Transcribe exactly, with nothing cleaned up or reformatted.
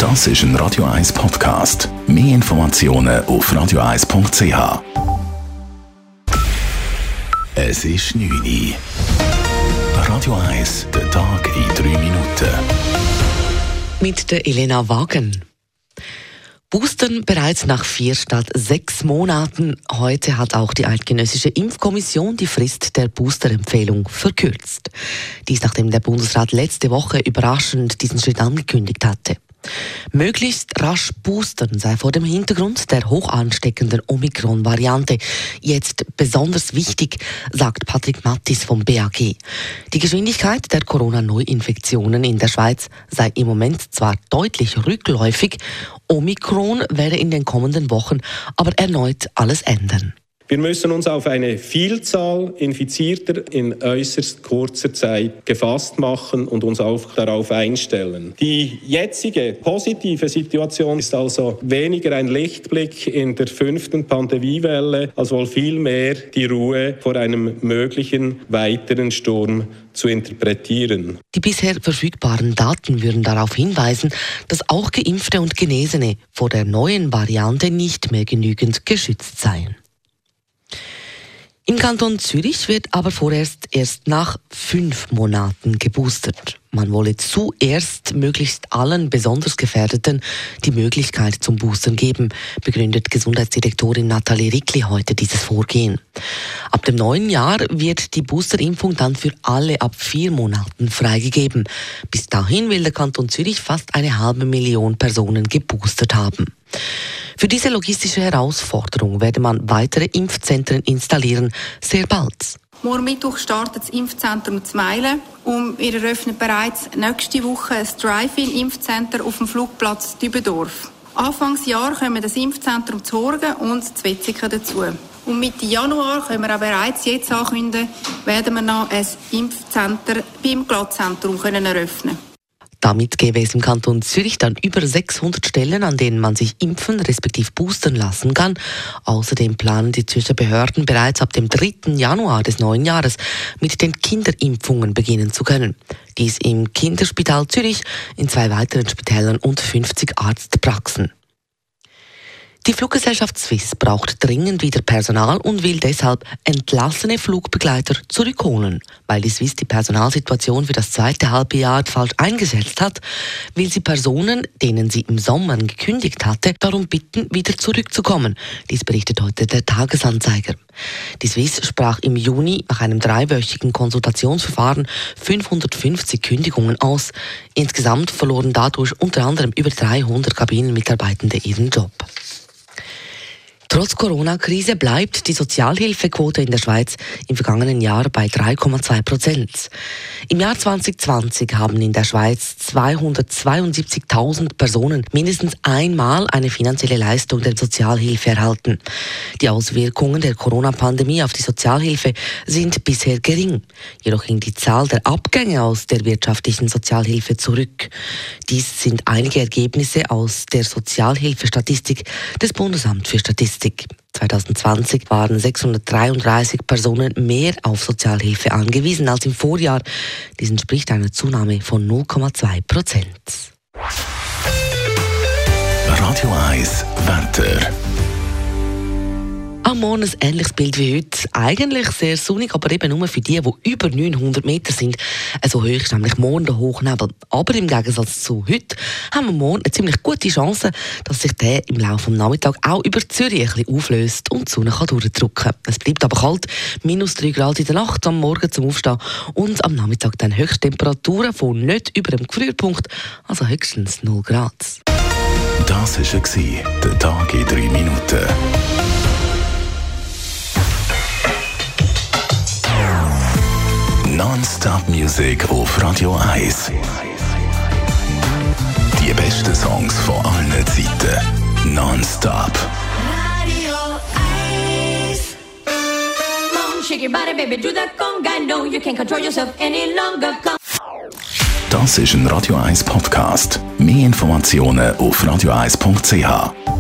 Das ist ein Radio eins Podcast. Mehr Informationen auf radio eins punkt c h. Es ist neun Uhr. Radio eins, der Tag in drei Minuten. Mit der Elena Wagen. Boostern bereits nach vier statt sechs Monaten. Heute hat auch die Eidgenössische Impfkommission die Frist der Boosterempfehlung verkürzt. Dies nachdem der Bundesrat letzte Woche überraschend diesen Schritt angekündigt hatte. Möglichst rasch boostern sei vor dem Hintergrund der hoch ansteckenden Omikron-Variante jetzt besonders wichtig, sagt Patrick Mattis vom B A G. Die Geschwindigkeit der Corona-Neuinfektionen in der Schweiz sei im Moment zwar deutlich rückläufig, Omikron werde in den kommenden Wochen aber erneut alles ändern. Wir müssen uns auf eine Vielzahl Infizierter in äußerst kurzer Zeit gefasst machen und uns auch darauf einstellen. Die jetzige positive Situation ist also weniger ein Lichtblick in der fünften Pandemiewelle, als wohl vielmehr die Ruhe vor einem möglichen weiteren Sturm zu interpretieren. Die bisher verfügbaren Daten würden darauf hinweisen, dass auch Geimpfte und Genesene vor der neuen Variante nicht mehr genügend geschützt seien. Im Kanton Zürich wird aber vorerst erst nach fünf Monaten geboostert. Man wolle zuerst möglichst allen besonders Gefährdeten die Möglichkeit zum Boostern geben, begründet Gesundheitsdirektorin Nathalie Rickli heute dieses Vorgehen. Ab dem neuen Jahr wird die Boosterimpfung dann für alle ab vier Monaten freigegeben. Bis dahin will der Kanton Zürich fast eine halbe Million Personen geboostert haben. Für diese logistische Herausforderung werde man weitere Impfzentren installieren, sehr bald. Morgen Mittwoch startet das Impfzentrum Zmilen und wir eröffnen bereits nächste Woche ein Drive-In-Impfcenter auf dem Flugplatz Dübendorf. Anfangsjahr kommen das Impfzentrum zu Horgen und zu Wetzikon dazu. Und Mitte Januar, können wir auch bereits jetzt ankündigen, werden wir noch ein Impfcenter beim Glattzentrum eröffnen. Damit gäbe es im Kanton Zürich dann über sechshundert Stellen, an denen man sich impfen respektive boostern lassen kann. Außerdem planen die Zürcher Behörden bereits ab dem dritten Januar des neuen Jahres mit den Kinderimpfungen beginnen zu können. Dies im Kinderspital Zürich, in zwei weiteren Spitälern und fünfzig Arztpraxen. Die Fluggesellschaft Swiss braucht dringend wieder Personal und will deshalb entlassene Flugbegleiter zurückholen. Weil die Swiss die Personalsituation für das zweite Halbjahr falsch eingeschätzt hat, will sie Personen, denen sie im Sommer gekündigt hatte, darum bitten, wieder zurückzukommen. Dies berichtet heute der Tagesanzeiger. Die Swiss sprach im Juni nach einem dreiwöchigen Konsultationsverfahren fünfhundertfünfzig Kündigungen aus. Insgesamt verloren dadurch unter anderem über dreihundert Kabinenmitarbeitende ihren Job. Trotz Corona-Krise bleibt die Sozialhilfequote in der Schweiz im vergangenen Jahr bei drei Komma zwei Prozent. Im Jahr zwanzig zwanzig haben in der Schweiz zweihundertzweiundsiebzigtausend Personen mindestens einmal eine finanzielle Leistung der Sozialhilfe erhalten. Die Auswirkungen der Corona-Pandemie auf die Sozialhilfe sind bisher gering. Jedoch ging die Zahl der Abgänge aus der wirtschaftlichen Sozialhilfe zurück. Dies sind einige Ergebnisse aus der Sozialhilfestatistik des Bundesamts für Statistik. zwanzig zwanzig waren sechshundertdreiunddreißig Personen mehr auf Sozialhilfe angewiesen als im Vorjahr. Dies entspricht einer Zunahme von null Komma zwei Prozent. Radio eins Wetter. Am Morgen ein ähnliches Bild wie heute. Eigentlich sehr sonnig, aber eben nur für die, die über neunhundert Meter sind. So hoch ist nämlich morgen der Hochnebel. Aber im Gegensatz zu heute haben wir morgen eine ziemlich gute Chance, dass sich der im Laufe des Nachmittags auch über Zürich ein bisschen auflöst und die Sonne kann durchdrücken kann. Es bleibt aber kalt, minus drei Grad in der Nacht, am Morgen zum Aufstehen und am Nachmittag dann Höchsttemperaturen von nicht über dem Gefrierpunkt, also höchstens null Grad. Das war der Tag in drei Minuten. Non-Stop-Musik auf Radio eins. Die besten Songs von allen Zeiten. Non-Stop. Radio eins. Come on, shake your body, baby, do that conga. No, you can't control yourself any longer. Come. Das ist ein Radio eins Podcast. Mehr Informationen auf radio eins punkt c h.